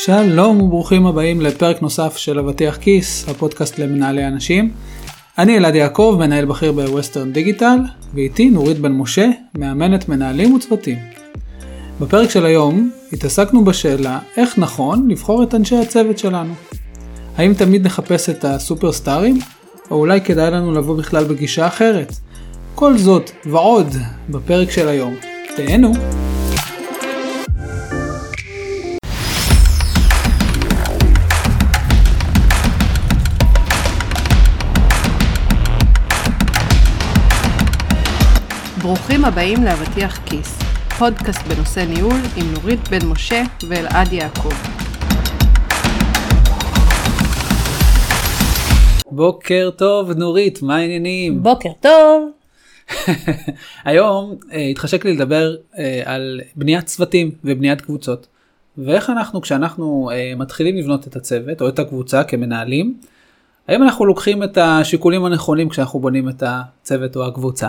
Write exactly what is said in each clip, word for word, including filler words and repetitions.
שלום וברוכים הבאים לפרק נוסף של אבטיח כיס, הפודקאסט למנהלי אנשים. אני אלעד יעקב, מנהל בכיר בווסטרן דיגיטל, ואיתי נורית בן משה, מאמנת מנהלים וצוותים. בפרק של היום התעסקנו בשאלה איך נכון לבחור את אנשי הצוות שלנו. האם תמיד נחפש את הסופרסטארים, או אולי כדאי לנו לבוא בכלל בגישה אחרת? כל זאת ועוד בפרק של היום. תהנו! ברוכים הבאים לאבטיח כיס, פודקאסט בנושא ניהול עם נורית בן משה ואלעד יעקב. בוקר טוב נורית, מה העניינים? בוקר טוב. היום התחשק לי לדבר על בניית צוותים ובניית קבוצות, ואיך אנחנו כשאנחנו מתחילים לבנות את הצוות או את הקבוצה כמנהלים, האם אנחנו לוקחים את השיקולים הנכונים כשאנחנו בונים את הצוות או הקבוצה.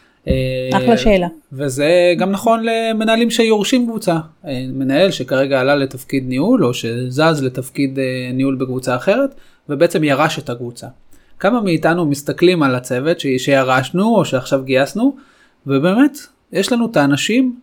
אחלה שאלה. וזה גם נכון למנהלים שיורשים קבוצה. מנהל שכרגע עלה לתפקיד ניהול או שזז לתפקיד ניהול בקבוצה אחרת ובעצם ירש את הקבוצה. כמה מאיתנו מסתכלים על הצוות שירשנו או שעכשיו גייסנו, ובאמת יש לנו את האנשים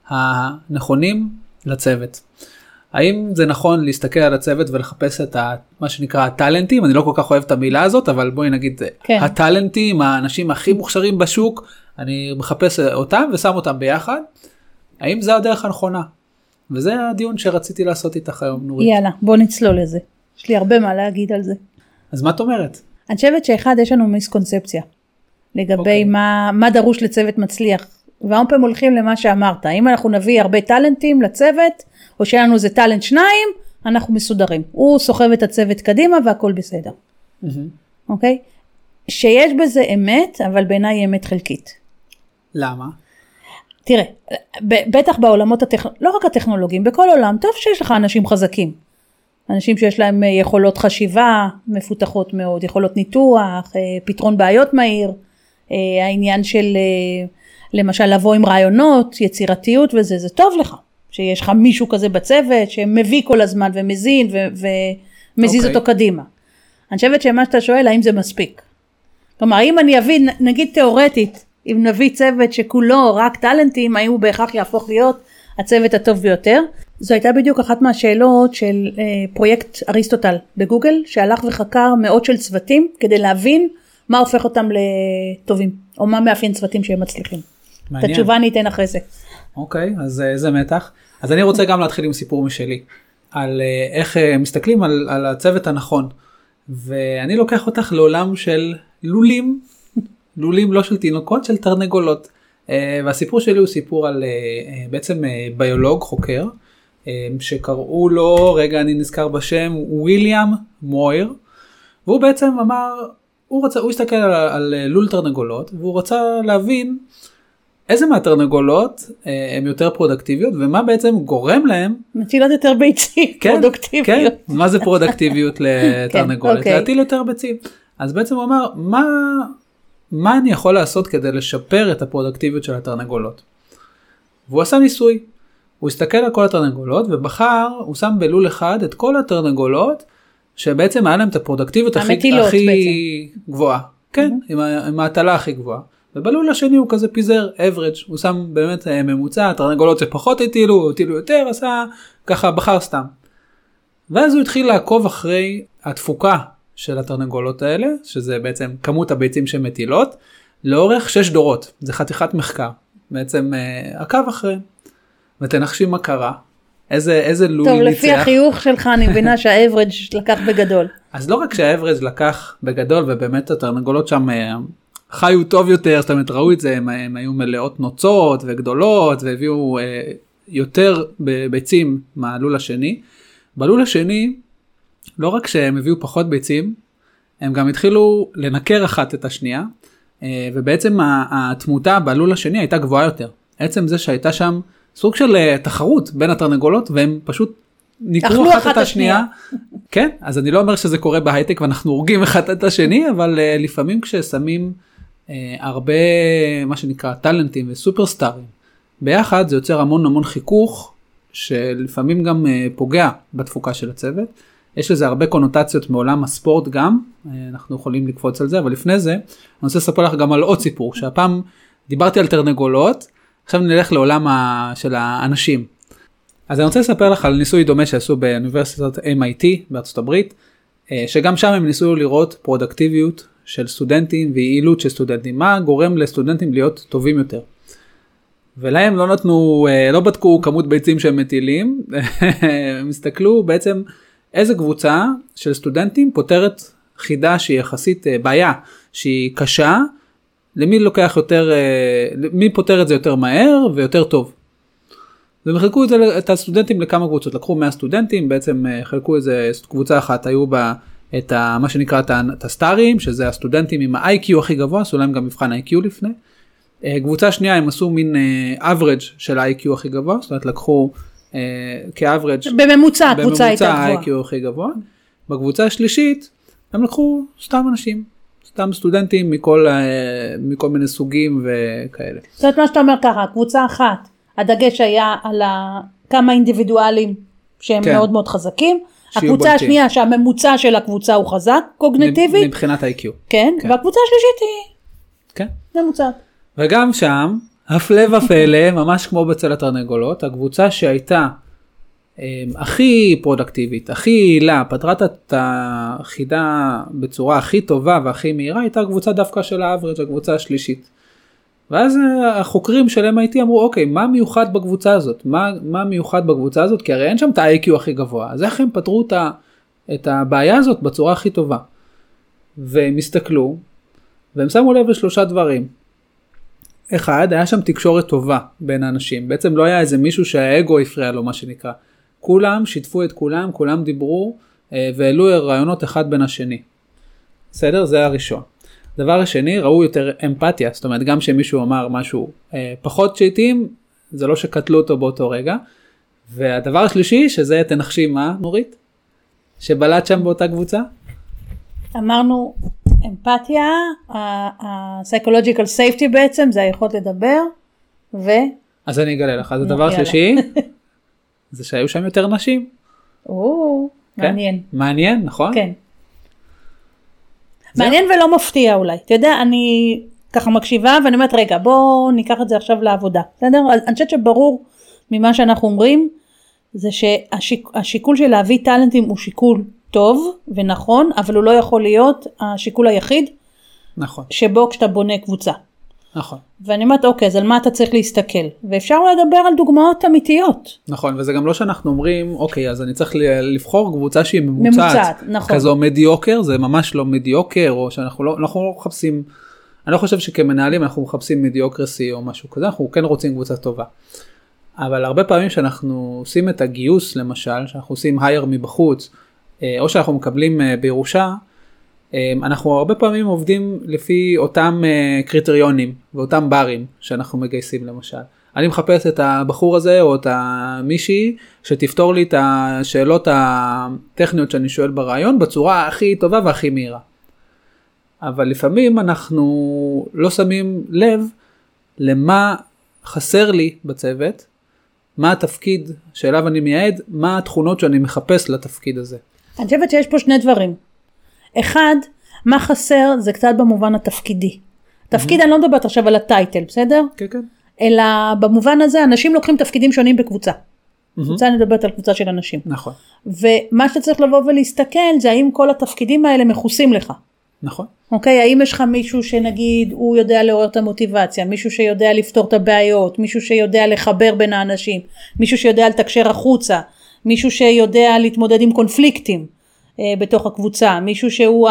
הנכונים לצוות. האם זה נכון להסתכל על הצוות ולחפש את ה, מה שנקרא הטלנטים? אני לא כל כך אוהב את המילה הזאת, אבל בואי נגיד כן. הטלנטים, האנשים הכי מוכשרים בשוק, אני מחפש אותם ושם אותם ביחד. האם זה הדרך הנכונה? וזה הדיון שרציתי לעשות איתך היום, נורית. יאללה, בוא נצלול לזה. יש לי הרבה מה להגיד על זה. אז מה את אומרת? אני חושבת שאחד, יש לנו מיסקונספציה לגבי okay. מה, מה דרוש לצוות מצליח. והרבה פעמים הולכים למה שאמרת. אם אנחנו נביא הרבה טלנטים לצוות, או שלנו זה טלנט שניים, אנחנו מסודרים. הוא סוחב את הצוות קדימה והכל בסדר. Mm-hmm. אוקיי? שיש בזה אמת, אבל בעיניי אמת חלקית. למה? תראה, בטח בעולמות הטכנולוגיים, לא רק הטכנולוגיים, בכל עולם, טוב שיש לך אנשים חזקים. אנשים שיש להם יכולות חשיבה, מפותחות מאוד, יכולות ניתוח, פתרון בעיות מהיר, העניין של, למשל, לבוא עם רעיונות, יצירתיות וזה, זה טוב לך. שיש לך מישהו כזה בצוות, שמביא כל הזמן ומזין ו- ומזיז okay. אותו קדימה. אני חושבת שמה שאתה שואל, האם זה מספיק? כלומר, אם אני אביא, נגיד תיאורטית, אם נביא צוות שכולו רק טלנטים, האם הוא בהכרח יהפוך להיות הצוות הטוב ביותר? זו הייתה בדיוק אחת מהשאלות של אה, פרויקט אריסטוטל בגוגל, שהלך וחקר מאות של צוותים, כדי להבין מה הופך אותם לטובים, או מה מאפיין צוותים שהם מצליחים. מעניין. את התשובה אני אתן אחרי זה. אוקיי, אז איזה מתח. אז אני רוצה גם להתחיל עם סיפור משלי, על איך מסתכלים על, על הצוות הנכון. ואני לוקח אותך לעולם של לולים, לולים לא של תינוקות, של תרנגולות. והסיפור שלי הוא סיפור על בעצם ביולוג, חוקר, שקראו לו, רגע אני נזכר בשם, וויליאם מויר, והוא בעצם אמר, הוא, רצה, הוא הסתכל על, על לול תרנגולות, והוא רצה להבין, איזה מהתרנגולות הן יותר פרודקטיביות, ומה בעצם גורם להם... מטילות יותר ביצים, כן, פרודקטיביות. כן, מה זה פרודקטיביות לתרנגולת? כן, okay. להטיל יותר ביצים. אז בעצם הוא אמר, מה, מה אני יכול לעשות כדי לשפר את הפרודקטיביות של התרנגולות? והוא עשה ניסוי. הוא הסתכל על כל התרנגולות, ובחר, הוא שם בלול אחד את כל התרנגולות, שבעצם היה להם את הפרודקטיביות הכי, הכי גבוהה. כן, mm-hmm. עם, עם ההטלה הכי גבוהה. ובלול השני הוא כזה פיזר, average, הוא שם באמת ממוצע, התרנגולות שפחות הטילו, הטילו יותר, עשה ככה בחר סתם. ואז הוא התחיל לעקוב אחרי התפוקה של התרנגולות האלה, שזה בעצם כמות הביצים שמטילות, לאורך שש דורות, זה חתיכת מחקר, בעצם עקב אחרי, ותנחשים מה קרה, איזה, איזה לול טוב, ניצח. טוב, לפי החיוך שלך אני מבינה שה-average לקח בגדול. אז לא רק שה-average לקח בגדול, ובאמת התרנגולות שם... חיו טוב יותר, זאת אומרת, ראו את זה, הם, הם היו מלאות נוצות וגדולות, והביאו אה, יותר ביצים מהלול השני. בלול השני, לא רק שהם הביאו פחות ביצים, הם גם התחילו לנקר אחת את השנייה, אה, ובעצם התמותה בלול השני הייתה גבוהה יותר. עצם זה שהייתה שם סוג של אה, תחרות בין התרנגולות, והם פשוט ניקרו אחת, אחת את השנייה. כן, אז אני לא אומר שזה קורה בהייטק, ואנחנו הורגים אחד את השני, אבל אה, לפעמים כששמים... הרבה מה שנקרא טלנטים וסופרסטארים ביחד, זה יוצר המון המון חיכוך שלפעמים גם פוגע בתפוקה של הצוות. יש לזה הרבה קונוטציות מעולם הספורט גם, אנחנו יכולים לקפוץ על זה, אבל לפני זה, אני רוצה לספר לך גם על עוד סיפור, שהפעם דיברתי על תרנגולות, עכשיו נלך לעולם של האנשים. אז אני רוצה לספר לך על ניסוי דומה שעשו באוניברסיטת אם איי טי בארצות הברית, שגם שם הם ניסו לראות פרודקטיביות של סטודנטים ויעילות של סטודנטים, מה גורם לסטודנטים להיות טובים יותר. ולהם לא נתנו, לא בדקו כמות ביצים שהם מטילים, הם הסתכלו בעצם איזה קבוצה של סטודנטים פותרת חידה שהיא יחסית בעיה, שהיא קשה, למי לוקח יותר, מי פותר את זה יותר מהר ויותר טוב. והם חלקו את, זה, את הסטודנטים לכמה קבוצות, לקחו מאה סטודנטים, בעצם חלקו איזה קבוצה אחת, היו בה את ה, מה שנקרא את הסטארים, שזה הסטודנטים עם ה-איי קיו הכי גבוה, עשו להם גם מבחן איי קיו לפני. קבוצה שנייה, הם עשו מין average של ה-איי קיו הכי גבוה, זאת אומרת לקחו כ-average, בממוצע, הקבוצה הייתה גבוהה. ה-איי קיו הכי גבוה. בקבוצה השלישית, הם לקחו סתם אנשים, סתם סטודנטים מכל, מכל מיני סוגים וכאלה. זאת אומרת מה שאתה אומר ככה, קבוצה אחת, הדגש היה על כמה אינדיבידואלים שהם כן. מאוד מאוד חזקים, הקבוצה בולטים. השנייה שהממוצע של הקבוצה הוא חזק, קוגניטיבי. מבחינת ה-איי קיו. כן, כן. והקבוצה השלישית היא כן. ממוצעת. וגם שם, הפלא ופלא, ממש כמו בצל התרנגולות, הקבוצה שהייתה הכי פרודקטיבית, הכי יעילה, פתרת את החידה בצורה הכי טובה והכי מהירה, הייתה קבוצה דווקא של האברג', הקבוצה השלישית. ואז החוקרים של אם איי טי אמרו, אוקיי, מה מיוחד בקבוצה הזאת? מה, מה מיוחד בקבוצה הזאת? כי הרי אין שם את ה-איי קיו הכי גבוה. אז איך הם פתרו את, ה, את הבעיה הזאת בצורה הכי טובה? והם הסתכלו, והם שמו לב לשלושה דברים. אחד, היה שם תקשורת טובה בין האנשים. בעצם לא היה איזה מישהו שהאגו הפריע לו, מה שנקרא. כולם שיתפו את כולם, כולם דיברו, והעלו רעיונות אחד בין השני. בסדר? זה הראשון. דבר השני, ראו יותר אמפתיה, זאת אומרת, גם שמישהו אמר משהו אה, פחות שהתאים, זה לא שקטלו אותו באותו רגע. והדבר השלישי, שזה תנחשי מה, נורית? שבלט שם באותה קבוצה? אמרנו, אמפתיה, ה-psychological safety בעצם, זה היכולת לדבר, ו... אז אני אגלה לך, אז הדבר השלישי, זה שהיו שם יותר נשים. או, כן? מעניין. מעניין, נכון? כן. מעניין ולא מפתיע אולי, אתה יודע, אני ככה מקשיבה ואני אומרת, רגע, בוא ניקח את זה עכשיו לעבודה, בסדר? אני חושבת שברור ממה שאנחנו אומרים, זה שהשיקול של להביא טלנטים הוא שיקול טוב ונכון, אבל הוא לא יכול להיות השיקול היחיד, נכון. שבו כשאתה בונה קבוצה. נכון. ואני אומרת, אוקיי, אז על מה אתה צריך להסתכל? ואפשר לדבר על דוגמאות אמיתיות. נכון, וזה גם לא שאנחנו אומרים, אוקיי, אז אני צריך לבחור קבוצה שהיא ממוצעת. ממוצעת, נכון. כזו מדיוקר, זה ממש לא מדיוקר, או שאנחנו לא, אנחנו לא מחפשים, אני לא חושב שכמנהלים אנחנו מחפשים מדיוקרסי או משהו כזה, אנחנו כן רוצים קבוצה טובה. אבל הרבה פעמים שאנחנו עושים את הגיוס, למשל, שאנחנו עושים הייר מבחוץ, או שאנחנו מקבלים בירושה, אנחנו הרבה פעמים עובדים לפי אותם קריטריונים ואותם ברים שאנחנו מגייסים למשל. אני מחפש את הבחור הזה או את המישהי שתפתור לי את השאלות הטכניות שאני שואל ברעיון בצורה הכי טובה והכי מהירה. אבל לפעמים אנחנו לא שמים לב למה חסר לי בצוות, מה התפקיד שאליו אני מייעד, מה התכונות שאני מחפש לתפקיד הזה. אני חושבת שיש פה שני דברים. אחד, מה חסר זה קצת במובן התפקידי. תפקיד, אני לא מדברת עכשיו על הטייטל, בסדר? כן, כן. אלא במובן הזה, אנשים לוקחים תפקידים שונים בקבוצה. קבוצה, אני מדברת על קבוצה של אנשים. נכון. ומה שאתה צריך לבוא ולהסתכל, זה האם כל התפקידים האלה מכוסים לך. נכון. אוקיי, האם יש לך מישהו שנגיד, הוא יודע לעורר את המוטיבציה, מישהו שיודע לפתור את הבעיות, מישהו שיודע לחבר בין האנשים, מישהו שיודע לתקשר החוצה, מישהו שיודע להתמודד עם קונפליקטים. בתוך הקבוצה, מישהו שהוא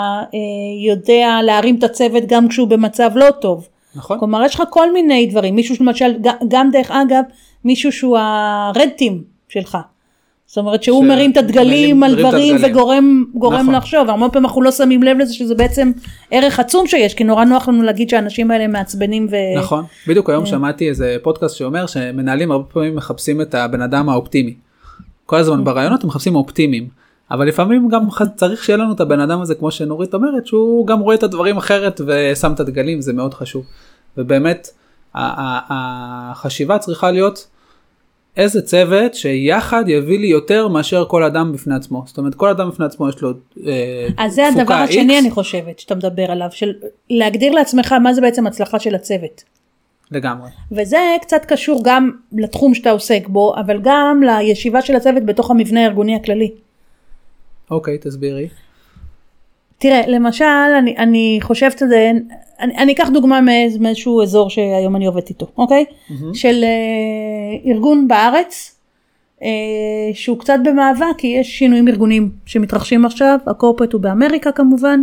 יודע להרים את הצוות גם כשהוא במצב לא טוב. נכון. כלומר, יש לך כל מיני דברים, מישהו למשל, גם דרך אגב, מישהו שהוא הרד טים שלך. זאת אומרת שהוא ש... מרים את הדגלים על דברים וגורם גורם נכון. לחשוב. הרבה פעמים אנחנו לא שמים לב לזה שזה בעצם ערך עצום שיש, כי נורא נוח לנו להגיד שהאנשים האלה מעצבנים ו... נכון. בדיוק היום שמעתי איזה פודקאסט שאומר שמנהלים הרבה פעמים מחפשים את הבן אדם האופטימי. כל הזמן ברעיונות הם מחפשים אופטימיים. אבל לפעמים גם צריך שיהיה לנו את הבן אדם הזה, כמו שנורית אומרת, שהוא גם רואה את הדברים אחרת ושם את הדגלים, זה מאוד חשוב. ובאמת, החשיבה צריכה להיות, איזה צוות שיחד יביא לי יותר מאשר כל אדם בפני עצמו. זאת אומרת, כל אדם בפני עצמו יש לו אה, אז זה הדבר השני אני חושבת שאתה מדבר עליו, של להגדיר לעצמך מה זה בעצם הצלחה של הצוות. לגמרי. וזה קצת קשור גם לתחום שאתה עוסק בו, אבל גם לישיבה של הצוות בתוך המבנה הארגוני הכללי. אוקיי, תסבירי. תראה, למשל, אני, אני חושבת את זה, אני, אני אקח דוגמה מאיזשהו אזור שהיום אני עובדת איתו, אוקיי? Mm-hmm. של אה, ארגון בארץ, אה, שהוא קצת במאבק, כי יש שינויים ארגוניים שמתרחשים עכשיו, הקורפרט הוא באמריקה כמובן,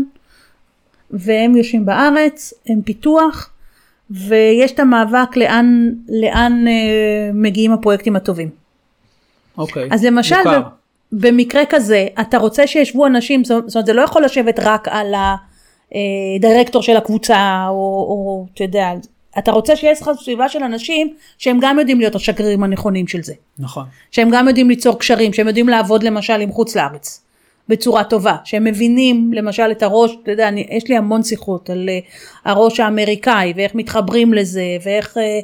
והם יושבים בארץ, הם פיתוח, ויש את המאבק לאן, לאן אה, מגיעים הפרויקטים הטובים. אוקיי, אז למשל, מוכר. במקרה כזה, אתה רוצה שישבו אנשים, זאת אומרת, זה לא יכול לשבת רק על הדירקטור של הקבוצה, או, או אתה יודע, אתה רוצה שיש לך סביבה של אנשים, שהם גם יודעים להיות השגרירים הנכונים של זה. נכון. שהם גם יודעים ליצור קשרים, שהם יודעים לעבוד למשל עם חוץ לארץ, בצורה טובה, שהם מבינים למשל את הראש, אתה יודע, אני, יש לי המון שיחות על הראש האמריקאי, ואיך מתחברים לזה, ואיך אה,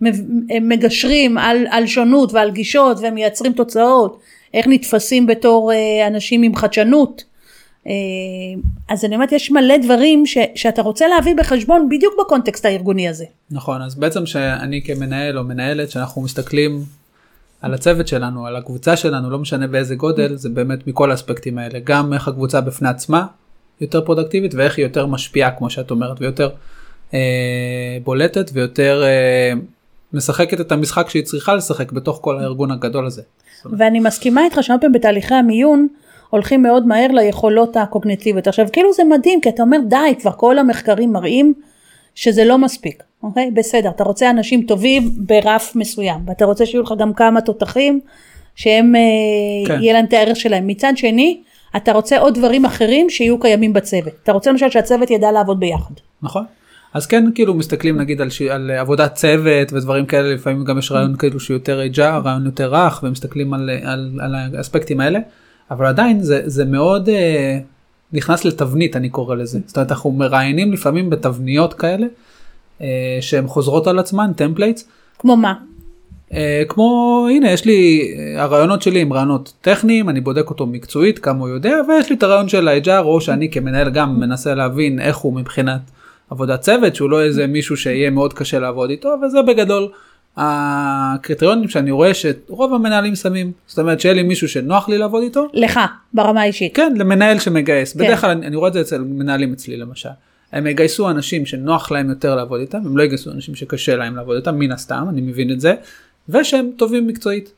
מגשרים על, על שונות ועל גישות, ומייצרים תוצאות, איך נתפסים בתור אה, אנשים עם חדשנות. אה, אז אני אומרת, יש מלא דברים ש, שאתה רוצה להביא בחשבון בדיוק בקונטקסט הארגוני הזה. נכון, אז בעצם שאני כמנהל או מנהלת, שאנחנו מסתכלים על הצוות שלנו, על הקבוצה שלנו, לא משנה באיזה גודל, זה באמת מכל האספקטים האלה. גם איך הקבוצה בפני עצמה יותר פרודקטיבית, ואיך היא יותר משפיעה, כמו שאת אומרת, ויותר אה, בולטת, ויותר אה, משחקת את המשחק שהיא צריכה לשחק בתוך כל הארגון הגדול הזה. ואני מסכימה איתך שהרבה פעמים בתהליכי המיון הולכים מאוד מהר ליכולות הקוגניטיביות. עכשיו כאילו זה מדהים, כי אתה אומר די, כבר כל המחקרים מראים שזה לא מספיק. אוקיי? בסדר, אתה רוצה אנשים טובים ברף מסוים, ואתה רוצה שיהיו לך גם כמה תותחים שהם כן. יהיה להם את הערך שלהם. מצד שני, אתה רוצה עוד דברים אחרים שיהיו קיימים בצוות. אתה רוצה למשל שהצוות ידע לעבוד ביחד. נכון. אז כן, כאילו מסתכלים נגיד על, ש... על עבודת צוות ודברים כאלה, לפעמים גם יש רעיון כאילו שהוא יותר אג'ר, רעיון יותר רך, ומסתכלים על, על, על האספקטים האלה, אבל עדיין זה, זה מאוד אה, נכנס לתבנית, אני קורא לזה. זאת אומרת, אנחנו מראיינים לפעמים בתבניות כאלה, אה, שהן חוזרות על עצמן, טמפלייטס. כמו מה? אה, כמו, הנה, יש לי, הרעיונות שלי הם רעיונות טכניים, אני בודק אותו מקצועית, כמה הוא יודע, ויש לי את הרעיון של האג'ר, או שאני כמנהל גם מנסה להבין איך הוא מבחינת עבודת צוות, שהוא לא איזה מישהו שיהיה מאוד קשה לעבוד איתו, וזה בגדול הקריטריונים שאני רואה שרוב המנהלים שמים. זאת אומרת, שיהיה לי מישהו שנוח לי לעבוד איתו. לך, ברמה אישית. כן, למנהל שמגייס. כן. בדרך כלל אני, אני רואה את זה אצל מנהלים אצלי למשל. הם יגייסו אנשים שנוח להם יותר לעבוד איתם, הם לא יגייסו אנשים שקשה להם לעבוד איתם, מן הסתם, אני מבין את זה, ושהם טובים מקצועית.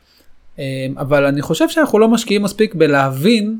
אבל אני חושב שאנחנו לא משקיעים מספיק בלהבין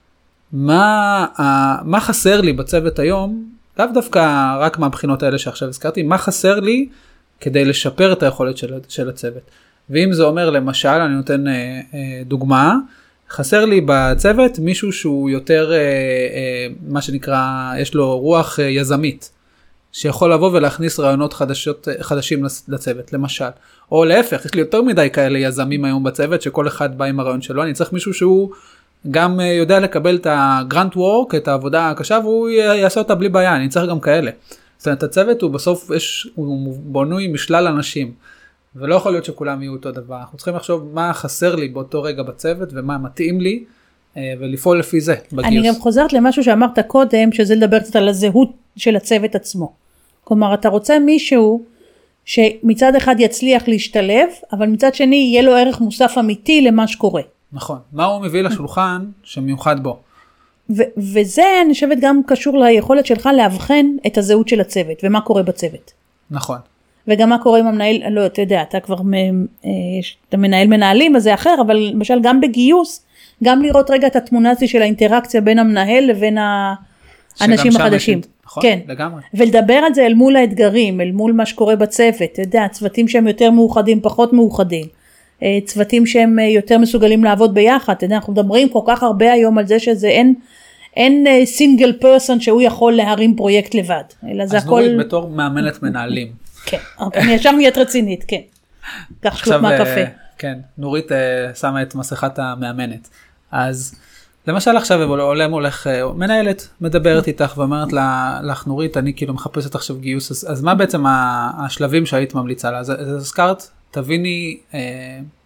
מה, מה חסר לי בצוות היום, לאו דווקא רק מהבחינות האלה שעכשיו הזכרתי, מה חסר לי כדי לשפר את היכולת של, של הצוות. ואם זה אומר למשל, אני נותן אה, אה, דוגמה, חסר לי בצוות מישהו שהוא יותר, אה, אה, מה שנקרא, יש לו רוח אה, יזמית, שיכול לבוא ולהכניס רעיונות חדשות, חדשים לצוות, למשל. או להפך, יש לי יותר מדי כאלה יזמים היום בצוות, שכל אחד בא עם הרעיון שלו, אני צריך מישהו שהוא גם יודע לקבל את הגרנט וורק, את העבודה הקשה, והוא יעשה אותה בלי בעיה, אני צריך גם כאלה. זאת אומרת, הצוות הוא בסוף, יש, הוא בנוי משלל אנשים, ולא יכול להיות שכולם יהיו אותו דבר. אנחנו צריכים לחשוב מה חסר לי באותו רגע בצוות, ומה מתאים לי, ולפעול לפי זה בגיוס. אני גם חוזרת למשהו שאמרת קודם, שזה לדבר קצת על הזהות של הצוות עצמו. כלומר, אתה רוצה מישהו שמצד אחד יצליח להשתלב, אבל מצד שני יהיה לו ערך מוסף אמיתי למה שקורה. נכון. מה הוא מביא לשולחן שמיוחד בו? ו- וזה אני חושבת גם קשור ליכולת שלך להבחן את הזהות של הצוות, ומה קורה בצוות. נכון. וגם מה קורה עם המנהל, לא, אתה יודע, אתה כבר אתה מנהל מנהלים, אז זה אחר, אבל למשל גם בגיוס, גם לראות רגע את התמונה הזו של האינטראקציה בין המנהל לבין האנשים החדשים. נכון, כן. לגמרי. ולדבר על זה אל מול האתגרים, אל מול מה שקורה בצוות, אתה יודע, צוותים שהם יותר מאוחדים, פחות מאוחדים. צוותים שהם יותר מסוגלים לעבוד ביחד, אתה יודע, אנחנו מדברים כל כך הרבה היום על זה שזה אין, אין סינגל פרסון שהוא יכול להרים פרויקט לבד, אלא זה הכל... אז נורית בתור מאמנת מנהלים. כן, אני ישר נהיית רצינית, כן. כך שלוק מהקפה. כן, נורית שמה את מסכת המאמנת. אז למשל עכשיו עולם הולך, מנהלת מדברת איתך ואומרת לך נורית, אני כאילו מחפשת עכשיו גיוס, אז, אז מה בעצם השלבים שהיית ממליצה לה? אז הזכרת, תביני אה,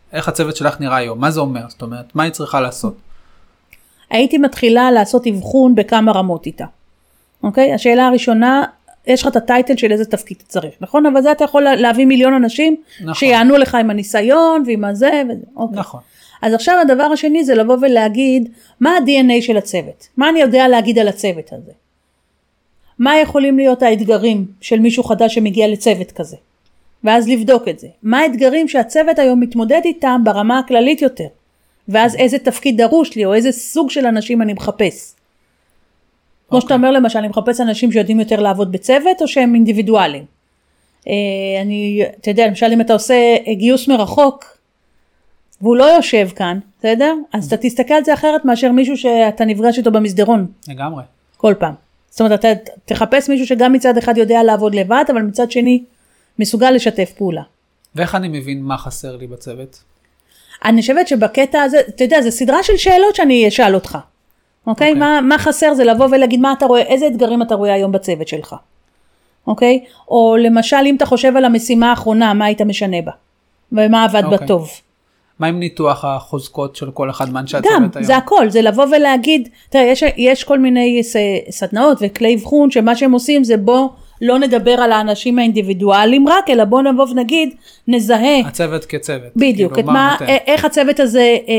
איך הצוות שלך נראה היום? מה זה אומר? זאת אומרת, מה היא צריכה לעשות? הייתי מתחילה לעשות אבחון בכמה רמות איתה. אוקיי? השאלה הראשונה, יש לך את הטייטל של איזה תפקיד צריך, נכון? אבל זה אתה יכול להביא מיליון אנשים נכון. שיענו לך עם הניסיון ועם הזה. וזה. אוקיי. נכון. אז עכשיו הדבר השני זה לבוא ולהגיד, מה ה-די אן איי של הצוות? מה אני יודע להגיד על הצוות הזה? מה יכולים להיות האתגרים של מישהו חדש שמגיע לצוות כזה? ואז לבדוק את זה. מה האתגרים שהצוות היום מתמודד איתם ברמה הכללית יותר? ואז איזה תפקיד דרוש לי, או איזה סוג של אנשים אני מחפש. כמו okay. שאתה אומר למשל, אני מחפש אנשים שיודעים יותר לעבוד בצוות, או שהם אינדיבידואלים. אני, אתה יודע, למשל אם אתה עושה גיוס מרחוק, והוא לא יושב כאן, בסדר? אז אתה תסתכל על זה אחרת מאשר מישהו שאתה נפגש איתו במסדרון. לגמרי. כל פעם. זאת אומרת, אתה תחפש מישהו שגם מצד אחד יודע לעבוד לבד, אבל מצד שני מסוגל לשתף פעולה. ואיך אני מבין מה חסר לי בצוות? אני חושבת שבקטע הזה, אתה יודע, זה סדרה של שאלות שאני אשאל אותך. אוקיי? Okay. מה, מה חסר זה לבוא ולהגיד מה אתה רואה, איזה אתגרים אתה רואה היום בצוות שלך. אוקיי? או למשל, אם אתה חושב על המשימה האחרונה, מה היית משנה בה? ומה עבד okay. בטוב? מה עם ניתוח החוזקות של כל אחד מאנשי הצוות היום? גם, זה הכל, זה לבוא ולהגיד, תראה, יש, יש כל מיני סדנאות וכלי אבחון, שמה שהם עושים זה בוא לא נדבר על האנשים האינדיבידואלים רק, אלא בוא נבוא ונגיד, נזהה. הצוות כצוות. בדיוק, כאילו, את מה, מה איך הצוות הזה אה,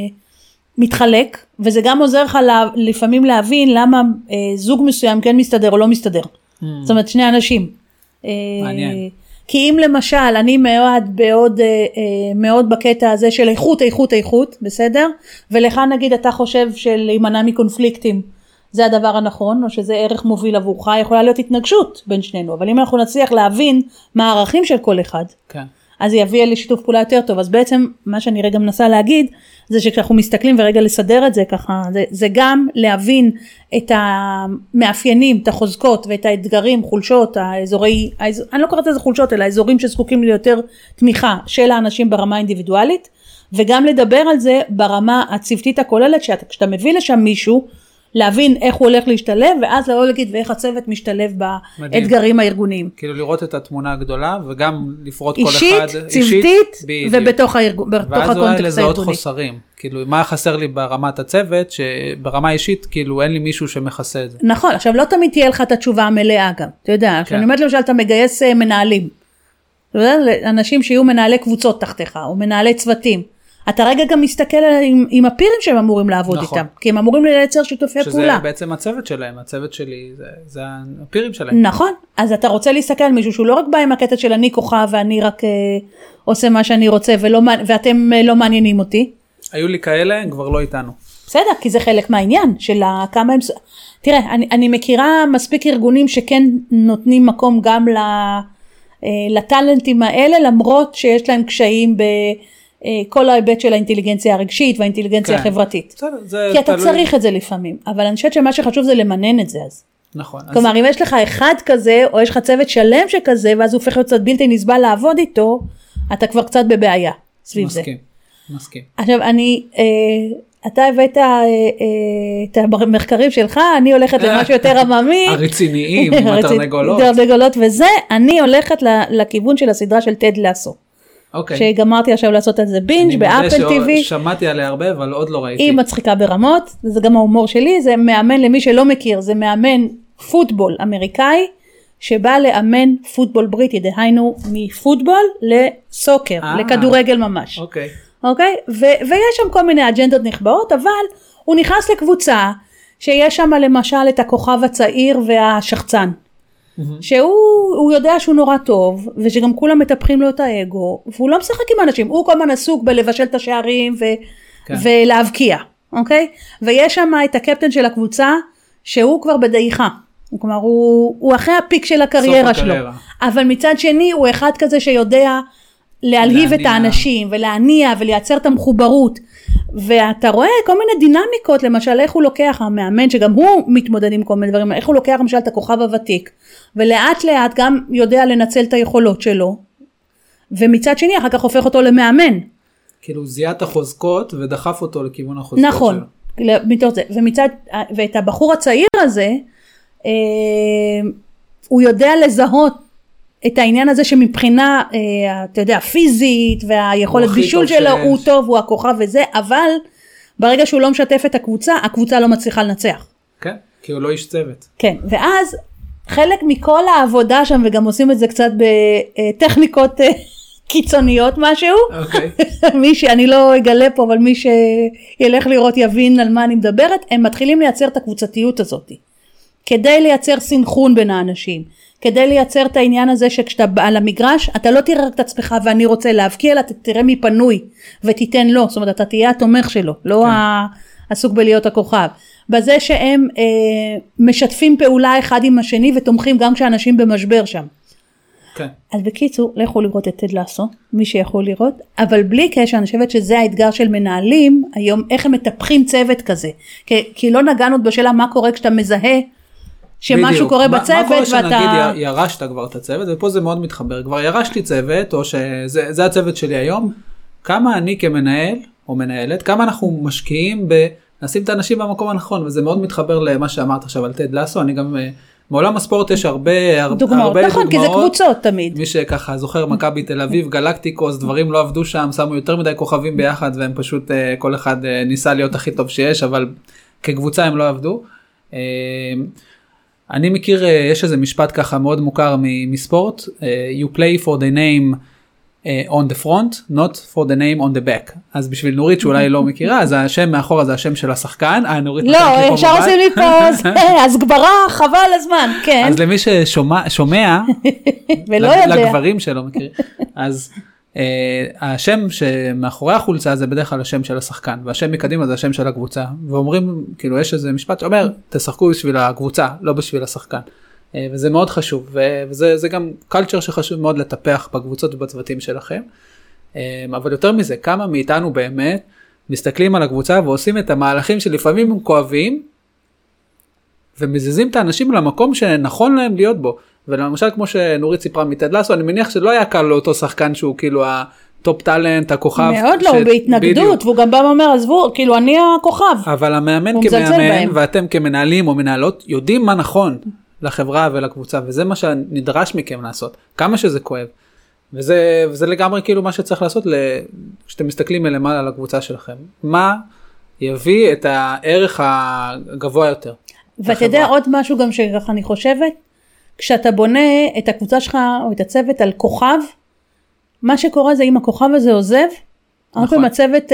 מתחלק, וזה גם עוזר לך לה, לפעמים להבין למה אה, זוג מסוים כן מסתדר או לא מסתדר. Mm. זאת אומרת, שני אנשים. מעניין. אה, כי אם למשל, אני מאוד, מאוד, מאוד בקטע הזה של איכות, איכות, איכות, בסדר? ולך נגיד אתה חושב של להימנע מקונפליקטים, זה הדבר הנכון, או שזה ערך מוביל עבורך, יכולה להיות התנגשות בין שנינו, אבל אם אנחנו נצליח להבין מה הערכים של כל אחד, כן. אז יביא לשיתוף פעולה יותר טוב. אז בעצם מה שאני רגע מנסה להגיד, זה שכשאנחנו מסתכלים ורגע לסדר את זה ככה, זה, זה גם להבין את המאפיינים, את החוזקות ואת האתגרים, חולשות, האזורי, האזור, אני לא קוראת לזה חולשות, אלא האזורים שזקוקים ליותר תמיכה של האנשים ברמה האינדיבידואלית, וגם לדבר על זה ברמה הצוותית הכוללת, שאתה מביא לשם מישהו, להבין איך הוא הולך להשתלב, ואז לא להגיד ואיך הצוות משתלב באתגרים הארגוניים. כאילו לראות את התמונה הגדולה, וגם לפרוט כל אישית, אחד. צוותית, אישית, ובתוך הארגון, בתוך הקונטקסט הארגוני. ואז אולי לזהות חוסרים. כאילו, מה חסר לי ברמת הצוות, שברמה אישית, כאילו, אין לי מישהו שמחסה את זה. נכון, עכשיו לא תמיד תהיה לך את התשובה המלאה גם. אתה יודע, כשאני אומרת למשל, אתה מגייס מנהלים. אתה יודע, אנשים שיהיו מנהלי קבוצות תחתיך, או מנהלי צוותים. אתה רגע גם מסתכל עם, עם הפירים שהם אמורים לעבוד נכון. איתם, כי הם אמורים לייצר שיתופי שזה פעולה. שזה בעצם הצוות שלהם, הצוות שלי, זה, זה הפירים שלהם. נכון, אז אתה רוצה להסתכל על מישהו שהוא לא רק בא עם הקטע של אני כוכב, ואני רק אה, עושה מה שאני רוצה, ולא, ואתם אה, לא מעניינים אותי. היו לי כאלה, הם כבר לא איתנו. בסדר, כי זה חלק מהעניין, של כמה הם... תראה, אני, אני מכירה מספיק ארגונים שכן נותנים מקום גם ל, אה, לטלנטים האלה, למרות שיש להם קשיים ב... כל ההיבט של האינטליגנציה הרגשית והאינטליגנציה כן. החברתית. בסדר, זה כי אתה תלוי... צריך את זה לפעמים, אבל אני חושבת שמה שחשוב זה למנן את זה אז. נכון. כלומר, אז... אם יש לך אחד כזה, או יש לך צוות שלם שכזה, ואז הוא הופך להיות קצת בלתי נסבל לעבוד איתו, אתה כבר קצת בבעיה סביב מסכים, זה. מסכים, מסכים. עכשיו, אני, אה, אתה הבאת אה, אה, את המחקרים שלך, אני הולכת למשהו יותר עממי. הרציניים, עם התרנגולות. התרנגולות וזה, אני הולכת לכיוון של הסדרה של טד לאסו. Okay. שגמרתי עכשיו לעשות על זה בינג' באפל טי וי. אני שמעתי עליה הרבה, אבל עוד לא ראיתי. היא מצחיקה ברמות, זה גם ההומור שלי, זה מאמן למי שלא מכיר, זה מאמן פוטבול אמריקאי, שבא לאמן פוטבול בריטי, דהיינו מפוטבול לסוקר, ah, לכדורגל ממש. אוקיי. Okay. אוקיי? Okay? ויש שם כל מיני אג'נדות נכבאות, אבל הוא נכנס לקבוצה, שיש שם למשל את הכוכב הצעיר והשחצן. שהוא יודע שהוא נורא טוב, ושגם כולם מטפחים לו את האגו, והוא לא משחק עם אנשים, הוא כל הזמן עסוק בלבשל את השערים ו- כן. ולהבקיע, אוקיי? ויש שם את הקפטן של הקבוצה, שהוא כבר בדעיכה, כלומר הוא, הוא אחרי הפיק של הקריירה שלו, הקריירה. אבל מצד שני הוא אחד כזה שיודע להלהיב את האנשים, ולהניע ולייצר את המחוברות, ואתה רואה כל מיני דינמיקות, למשל איך הוא לוקח המאמן, שגם הוא מתמודד עם כל מיני דברים, איך הוא לוקח למשל את הכוכב הוותיק, ולאט לאט גם יודע לנצל את היכולות שלו, ומצד שני אחר כך הופך אותו למאמן. כאילו זיהה את החוזקות ודחף אותו לכיוון החוזקות נכון, שלו. נכון, מתוך זה, ומצד, ואת הבחור הצעיר הזה, אה, הוא יודע לזהות את העניין הזה שמבחינה, אה, אתה יודע, פיזית והיכולת בישול שלו שיש. הוא טוב, הוא הכוכב וזה, אבל ברגע שהוא לא משתף את הקבוצה, הקבוצה לא מצליחה לנצח. כן, כי הוא לא איש צוות. כן, ואז חלק מכל העבודה שם, וגם עושים את זה קצת בטכניקות קיצוניות משהו, אוקיי. מי שאני לא אגלה פה, אבל מי שילך לראות יבין על מה אני מדברת, הם מתחילים לייצר את הקבוצתיות הזאת, כדי לייצר סינכרון בין האנשים, כדי לייצר את העניין הזה שכשאתה על המגרש, אתה לא תראה רק את עצמך ואני רוצה להבקיע, אלא תראה מי פנוי ותיתן לו, זאת אומרת, אתה תהיה התומך שלו, לא כן. העסוק בלהיות הכוכב. בזה שהם אה, משתפים פעולה אחד עם השני ותומכים גם כשאנשים במשבר שם. כן. אז בקיצור, לכו לראות את טד לאסו, מי שיכול לראות, אבל בלי קשר, אני חושבת שזה האתגר של מנהלים, היום איך הם מטפחים צוות כזה, כי, כי לא נגענו בשאלה מה קורה כשאתה מזהה, שמשהו בדיוק. קורה בצוות, מה, מה קורה ואתה... שנגיד ירשת כבר את הצוות, ופה זה מאוד מתחבר, כבר ירשתי צוות, או שזה זה הצוות שלי היום, כמה אני כמנהל, או מנהלת, כמה אנחנו משקיעים ב... נשים את האנשים במקום הנכון, וזה מאוד מתחבר למה שאמרת עכשיו על טד לאסו, אני גם, מעולם הספורט יש הרבה, הרבה דוגמאות, הרבה נכון, דוגמאות, כי זה קבוצות תמיד. מי שככה זוכר מכבי תל אביב, גלקטיקוס, דברים לא עבדו שם, שמו יותר מדי כוכבים ביחד, והם פשוט, כל אחד ניסה להיות הכי טוב שיש, אבל כקבוצה הם לא עבדו. אני מכיר, יש איזה משפט ככה מאוד מוכר מספורט, you play for the name, on the front, not for the name on the back. אז בשביל נורית שאולי לא מכירה, אז השם מאחורה זה השם של השחקן. אה, נורית לא, אפשר עושים לי פה, אז גברה, חבל הזמן, כן. אז למי ששומע, ולא יודע. לגברים שלא מכירים, אז השם שמאחורי החולצה זה בדרך כלל השם של השחקן, והשם מקדימה זה השם של הקבוצה, ואומרים, כאילו יש איזה משפט שאומר, תשחקו בשביל הקבוצה, לא בשביל השחקן. וזה מאוד חשוב, וזה זה גם קלצ'ר שחשוב מאוד לטפח בקבוצות ובצוותים שלכם, אבל יותר מזה, כמה מאיתנו באמת מסתכלים על הקבוצה ועושים את המהלכים שלפעמים הם כואבים, ומזיזים את האנשים למקום שנכון להם להיות בו, ולמשל כמו שנורית סיפרה מטד לאסו, אני מניח שלא היה קל לאותו שחקן שהוא כאילו הטופ טלנט, הכוכב. מאוד לא, הוא בהתנגדות, והוא גם בא ואומר, עזבו, כאילו אני הכוכב. אבל המאמן כמאמן, ואתם כמנהלים או מנהלות, יודעים מה נכון לחברה ולקבוצה, וזה מה שנדרש מכם לעשות, כמה שזה כואב, וזה, וזה לגמרי כאילו מה שצריך לעשות, כשאתם מסתכלים מלמעלה על הקבוצה שלכם, מה יביא את הערך הגבוה יותר. ואתה יודע עוד משהו גם שככה אני חושבת, כשאתה בונה את הקבוצה שלך, או את הצוות על כוכב, מה שקורה זה אם הכוכב הזה עוזב, הרבה נכון. הצוות, אה,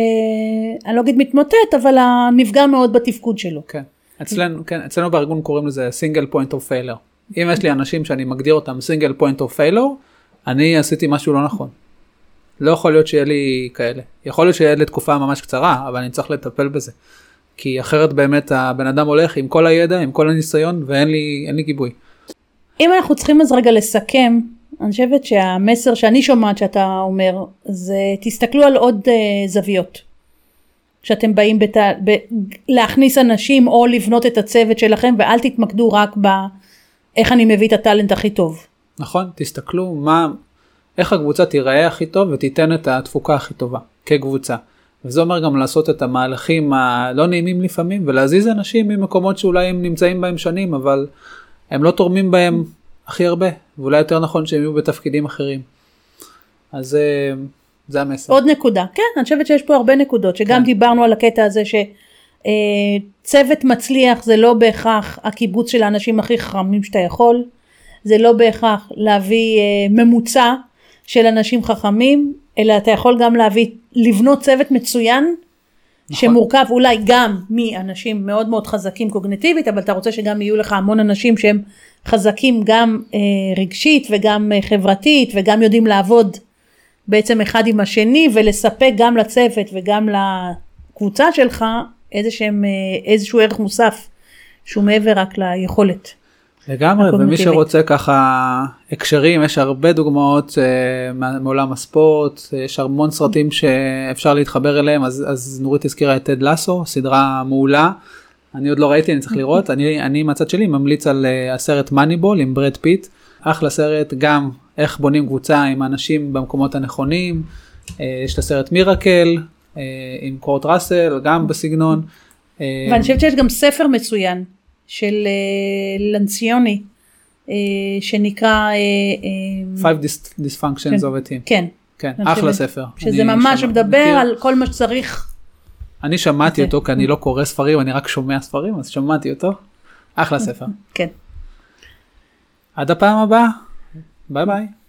אה, אני לא אגיד מתמוטט, אבל הנפגע מאוד בתפקוד שלו. כן. אצלנו, כן, אצלנו בארגון קוראים לזה single point of failure. אם יש לי אנשים שאני מגדיר אותם single point of failure, אני עשיתי משהו לא נכון. לא יכול להיות שיהיה לי כאלה. יכול להיות שיהיה לי תקופה ממש קצרה, אבל אני צריך לטפל בזה. כי אחרת באמת הבן אדם הולך עם כל הידע, עם כל הניסיון, ואין לי, אין לי גיבוי. אם אנחנו צריכים אז רגע לסכם, אני חושבת שהמסר שאני שומעת שאתה אומר, זה תסתכלו על עוד uh, זוויות. כשאתם באים בת... ב... להכניס אנשים או לבנות את הצוות שלכם, ואל תתמקדו רק באיך אני מביא את הטלנט הכי טוב. נכון, תסתכלו מה, איך הקבוצה תיראה הכי טוב, ותיתן את התפוקה הכי טובה, כקבוצה. וזה אומר גם לעשות את המהלכים הלא נעימים לפעמים, ולהזיז אנשים ממקומות שאולי הם נמצאים בהם שנים, אבל הם לא תורמים בהם הכי הרבה, ואולי יותר נכון שהם יהיו בתפקידים אחרים. אז זה המסר. עוד נקודה, כן, אני חושבת שיש פה הרבה נקודות, שגם כן. דיברנו על הקטע הזה שצוות מצליח זה לא בהכרח הקיבוץ של האנשים הכי חכמים שאתה יכול, זה לא בהכרח להביא ממוצע של אנשים חכמים, אלא אתה יכול גם להביא, לבנות צוות מצוין, נכון. שמורכב אולי גם מאנשים מאוד מאוד חזקים קוגניטיבית, אבל אתה רוצה שגם יהיו לך המון אנשים שהם חזקים גם אה, רגשית וגם אה, חברתית, וגם יודעים לעבוד בעצם אחד עם השני, ולספק גם לצוות וגם לקבוצה שלך איזשהם, אה, איזשהו ערך מוסף, שהוא מעבר רק ליכולת. לגמרי, ומי שרוצה ככה הקשרים, יש הרבה דוגמאות uh, מעולם הספורט, יש המון סרטים שאפשר להתחבר אליהם, אז, אז נורית הזכירה את טד לאסו, סדרה מעולה, אני עוד לא ראיתי, אני צריך לראות, אני, אני מהצד שלי ממליץ על uh, הסרט מאניבול עם ברד פיט, אחלה סרט, גם איך בונים קבוצה עם אנשים במקומות הנכונים, uh, יש את הסרט מירקל, uh, עם קורט ראסל, גם בסגנון. ואני חושבת שיש גם ספר מצוין, של לנציוני, שנקרא... Five Dysfunctions of a Team. כן. כן, אחלה ספר. שזה ממש מדבר על כל מה שצריך. אני שמעתי אותו, כי אני לא קורא ספרים, אני רק שומע ספרים, אז שמעתי אותו. אחלה ספר. כן. עד הפעם הבאה. ביי ביי.